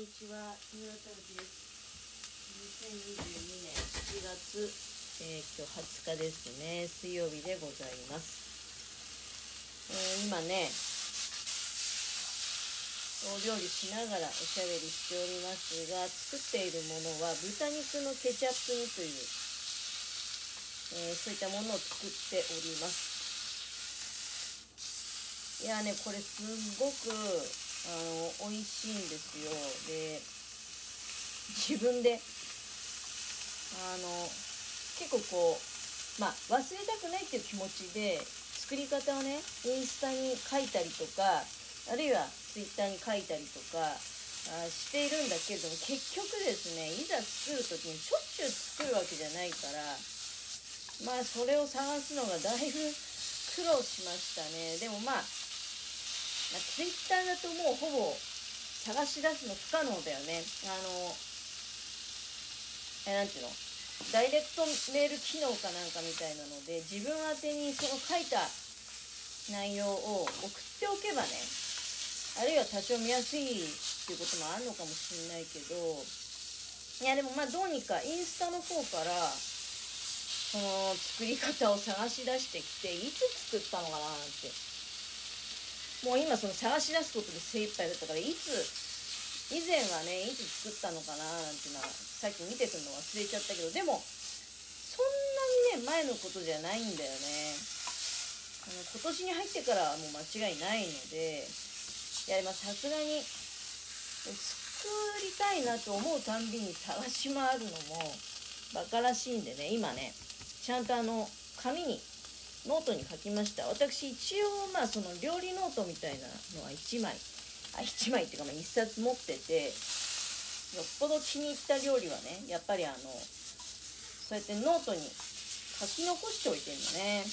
にちは、木村太郎です。2022年7月、今日20日ですね、水曜日でございます。今ね、お料理しながらおしゃべりしておりますが、作っているものは豚肉のケチャップ煮という、そういったものを作っております。いやね、これすっごく美味しいんですよ。で、自分で結構忘れたくないっていう気持ちで作り方をね、インスタに書いたりとか、あるいはツイッターに書いたりとかしているんだけれども、結局ですね、いざ作る時にしょっちゅう作るわけじゃないから、それを探すのがだいぶ苦労しましたね。でもツイッターだともうほぼ探し出すの不可能だよね。なんていうの、ダイレクトメール機能かなんかみたいなので、自分宛てにその書いた内容を送っておけばね、あるいは多少見やすいっていうこともあるのかもしれないけど、いやでもどうにかインスタの方からその作り方を探し出してきて、いつ作ったのかななんて、もう今その探し出すことで精一杯だったから、以前はね、いつ作ったのかななんていうのはさっき見てくるの忘れちゃったけど、でもそんなにね前のことじゃないんだよね。今年に入ってからはもう間違いないので、さすがに作りたいなと思うたんびに探し回るのもバカらしいんでね、今ねちゃんと紙にノートに書きました。私一応その料理ノートみたいなのは1枚っていうか1冊持ってて、よっぽど気に入った料理はね、やっぱりそうやってノートに書き残しておいてるのね。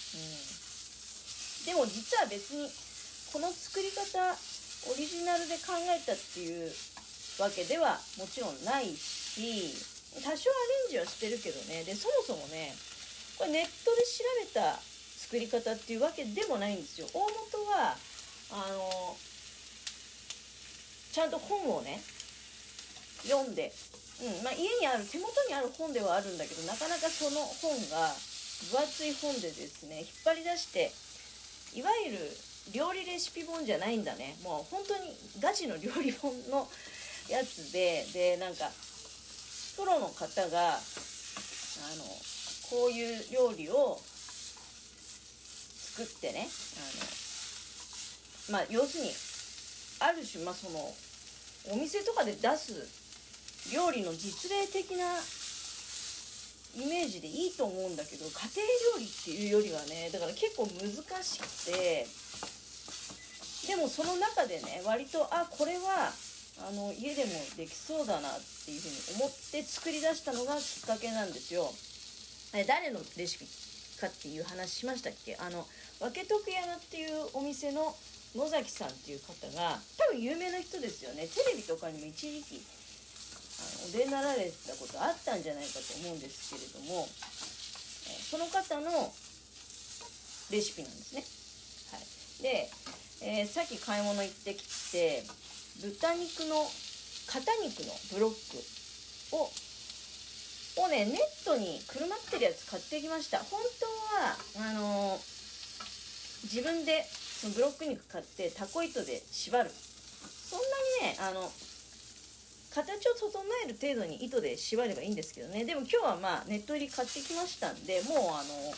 でも実は別にこの作り方オリジナルで考えたっていうわけではもちろんないし、多少アレンジはしてるけどね。で、そもそもね、これネットで調べた作り方っていうわけでもないんですよ。大元はちゃんと本をね読んで、家にある手元にある本ではあるんだけど、なかなかその本が分厚い本でですね、引っ張り出して、いわゆる料理レシピ本じゃないんだね。もう本当にガチの料理本のやつで、プロの方がこういう料理を作ってね、要するにある種そのお店とかで出す料理の実例的なイメージでいいと思うんだけど、家庭料理っていうよりはね、だから結構難しくて、でもその中でね、割とこれは家でもできそうだなっていうふうに思って作り出したのがきっかけなんですよ。誰のレシピかっていう話しましたっけ？分けとく山っていうお店の野崎さんっていう方が、多分有名な人ですよね。テレビとかにも一時期お出になられたことあったんじゃないかと思うんですけれども、その方のレシピなんですね。で、さっき買い物行ってきて、豚肉の肩肉のブロックをね、ネットにくるまってるやつ買ってきました。本当は自分でそのブロック肉買ってタコ糸で縛る、そんなにね形を整える程度に糸で縛ればいいんですけどね。でも今日はネット入り買ってきましたんで、もう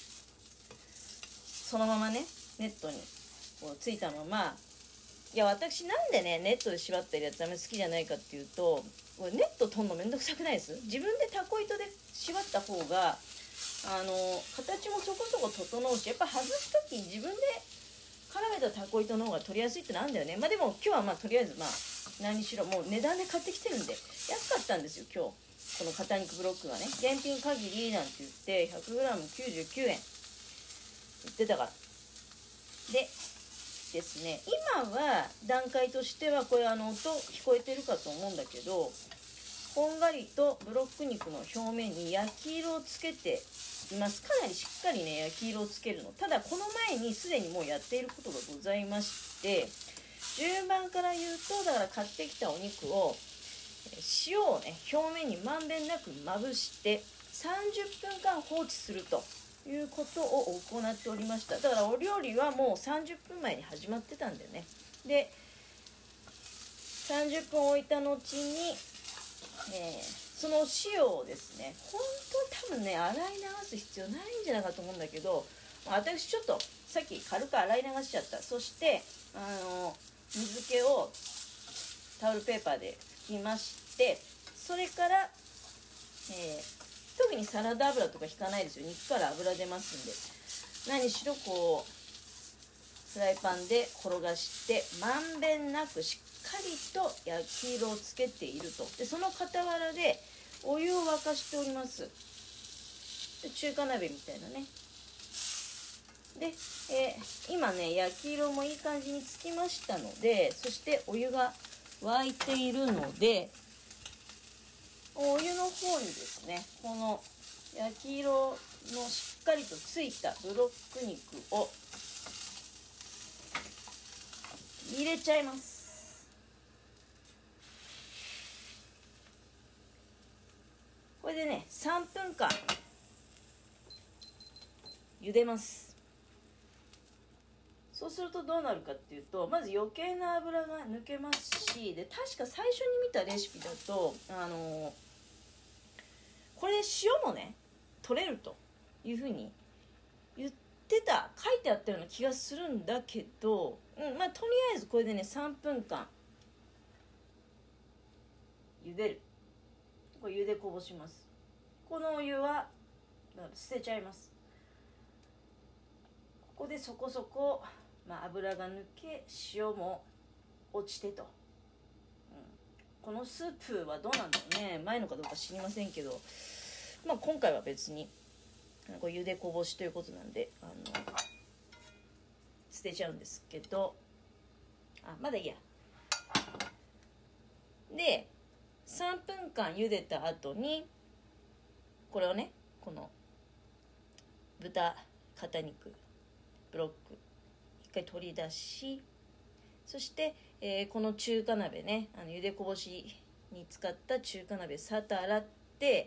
そのままね、ネットにこうついたまま。いや、私なんでねネットで縛ってるやつあんまり好きじゃないかっていうと、ネット取るのめんどくさくないです？自分でタコ糸で縛った方が形もそこそこ整うし、やっぱ外すとき自分で絡めたタコ糸の方が取りやすいってなんだよね。でも今日はとりあえず何しろもう値段で買ってきてるんで安かったんですよ。今日この肩肉ブロックがね、現品限りなんて言って 100g99 円売ってたから。でですね、今は段階としてはこれ音聞こえてるかと思うんだけど、こんがりとブロック肉の表面に焼き色をつけています。かなりしっかりね焼き色をつけるの。ただこの前にすでにもうやっていることがございまして、 順番から言うと、だから買ってきたお肉を塩をね表面にまんべんなくまぶして30分間放置するということを行っておりました。だからお料理はもう30分前に始まってたんだよね。で30分置いた後に、その塩をですね、本当に多分ね洗い流す必要ないんじゃないかと思うんだけど、私ちょっとさっき軽く洗い流しちゃった。そして水気をタオルペーパーで拭きまして、それから、特にサラダ油とか引かないですよ。肉から油出ますんで。何しろこうフライパンで転がしてまんべんなくしっかりと焼き色をつけていると。でその傍らでお湯を沸かしております。で中華鍋みたいなね。で、今ね焼き色もいい感じにつきましたので、そしてお湯が沸いているので、お湯の方にですね、この焼き色のしっかりとついたブロック肉を入れちゃいます。これでね3分間茹でます。そうするとどうなるかっていうと、まず余計な油が抜けますし、で確か最初に見たレシピだとこれ塩もね取れるというふうに言ってた、書いてあったような気がするんだけど、とりあえずこれでね3分間茹でる。これ茹でこぼします。このお湯はだから捨てちゃいます。ここでそこそこ、油が抜け塩も落ちてと、このスープはどうなんだろうね、前のかどうか知りませんけど、今回は別にこれ茹でこぼしということなんで捨てちゃうんですけど、まだいいや。で3分間茹でた後にこれをね、この豚肩肉ブロック一回取り出し、そして、この中華鍋ね、茹でこぼしに使った中華鍋さっと洗って、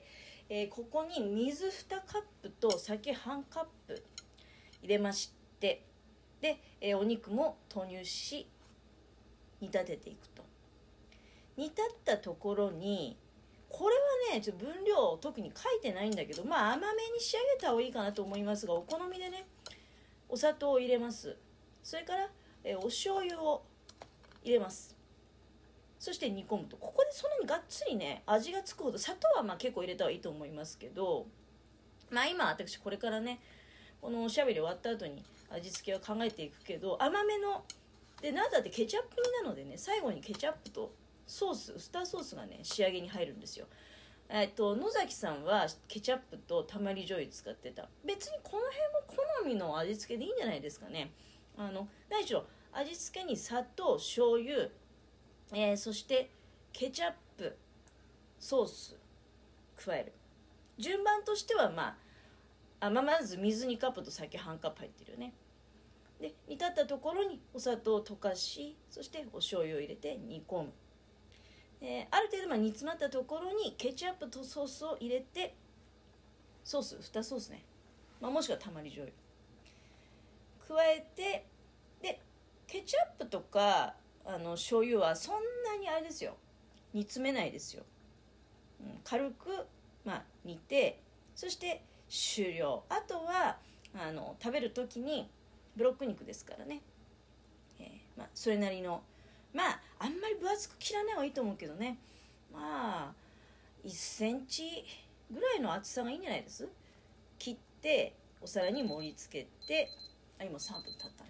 ここに水2カップと酒半カップ入れまして、で、お肉も投入し煮立てていくと。煮立ったところに、これはねちょっと分量特に書いてないんだけど、甘めに仕上げた方がいいかなと思いますが、お好みでねお砂糖を入れます。それから、お醤油を入れます。そして煮込むと、ここでそんなにがっつりね味がつくほど、砂糖は結構入れた方がいいと思いますけど、今私これからねこのおしゃべり終わった後に味付けを考えていくけど、甘めのでなんだってケチャップ煮なのでね、最後にケチャップとソースウスターソースがね仕上げに入るんですよ。野崎さんはケチャップとたまり醤油使ってた。別にこの辺も好みの味付けでいいんじゃないですかね。何しろ味付けに砂糖醤油、そしてケチャップソース加える。順番としてはまず水2カップと酒半カップ入ってるよね。で煮立ったところにお砂糖を溶かし、そしてお醤油を入れて煮込む。ある程度煮詰まったところにケチャップとソースを入れて、ソース2ソースね、もしくはたまり醤油加えて、でケチャップとか醤油はそんなにあれですよ、煮詰めないですよ。軽く煮て、そして終了。あとは食べる時にブロック肉ですからね、それなりのあんまり分厚く切らない方がいいと思うけどね、1センチぐらいの厚さがいいんじゃないです。切ってお皿に盛り付けて、今3分経ったね。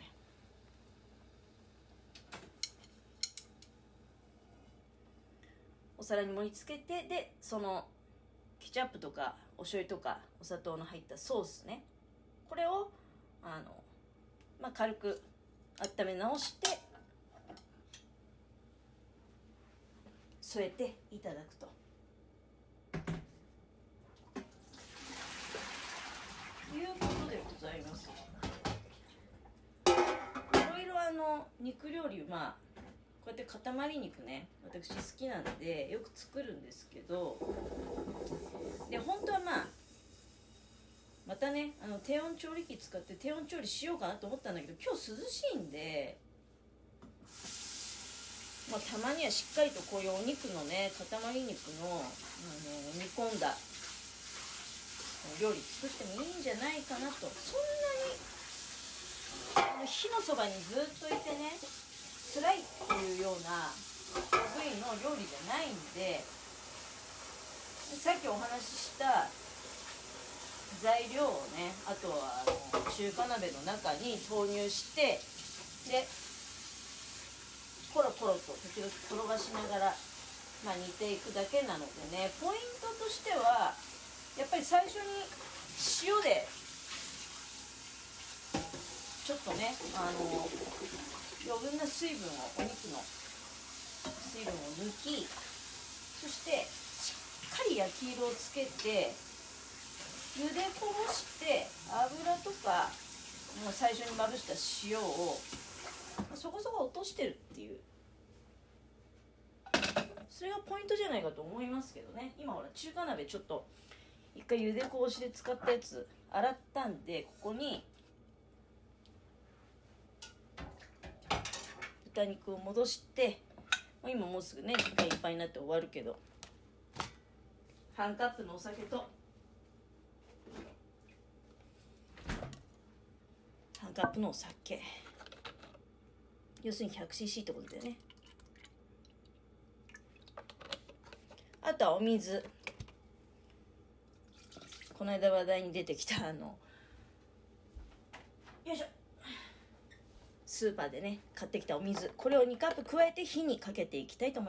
お皿に盛り付けて、でそのケチャップとかお醤油とかお砂糖の入ったソースね、これを軽く温め直して添えていただくということでございます。いろいろ肉料理うやって塊肉ね、私好きなのでよく作るんですけど、で本当はまたね低温調理器使って低温調理しようかなと思ったんだけど、今日涼しいんで、たまにはしっかりとこういうお肉のね、塊肉の、煮込んだ料理作ってもいいんじゃないかなと。そんなに火のそばにずっといてね辛いっていうような部位の料理じゃないんで、さっきお話しした材料をね、あとは中華鍋の中に投入して、でコロコロと時々転がしながら、煮ていくだけなのでね、ポイントとしてはやっぱり最初に塩でちょっとね余分な水分を、お肉の水分を抜き、そしてしっかり焼き色をつけて、茹でこぼして油とかもう最初にまぶした塩をそこそこ落としてるっていう、それがポイントじゃないかと思いますけどね。今ほら中華鍋ちょっと一回茹でこぼしで使ったやつ洗ったんで、ここに豚肉を戻して、今もうすぐね時間いっぱいになって終わるけど、半カップのお酒と半カップのお酒、要するに 100cc ってことでね、あとはお水、この間話題に出てきたよいしょ、スーパーでね買ってきたお水、これを2カップ加えて火にかけていきたいと思います。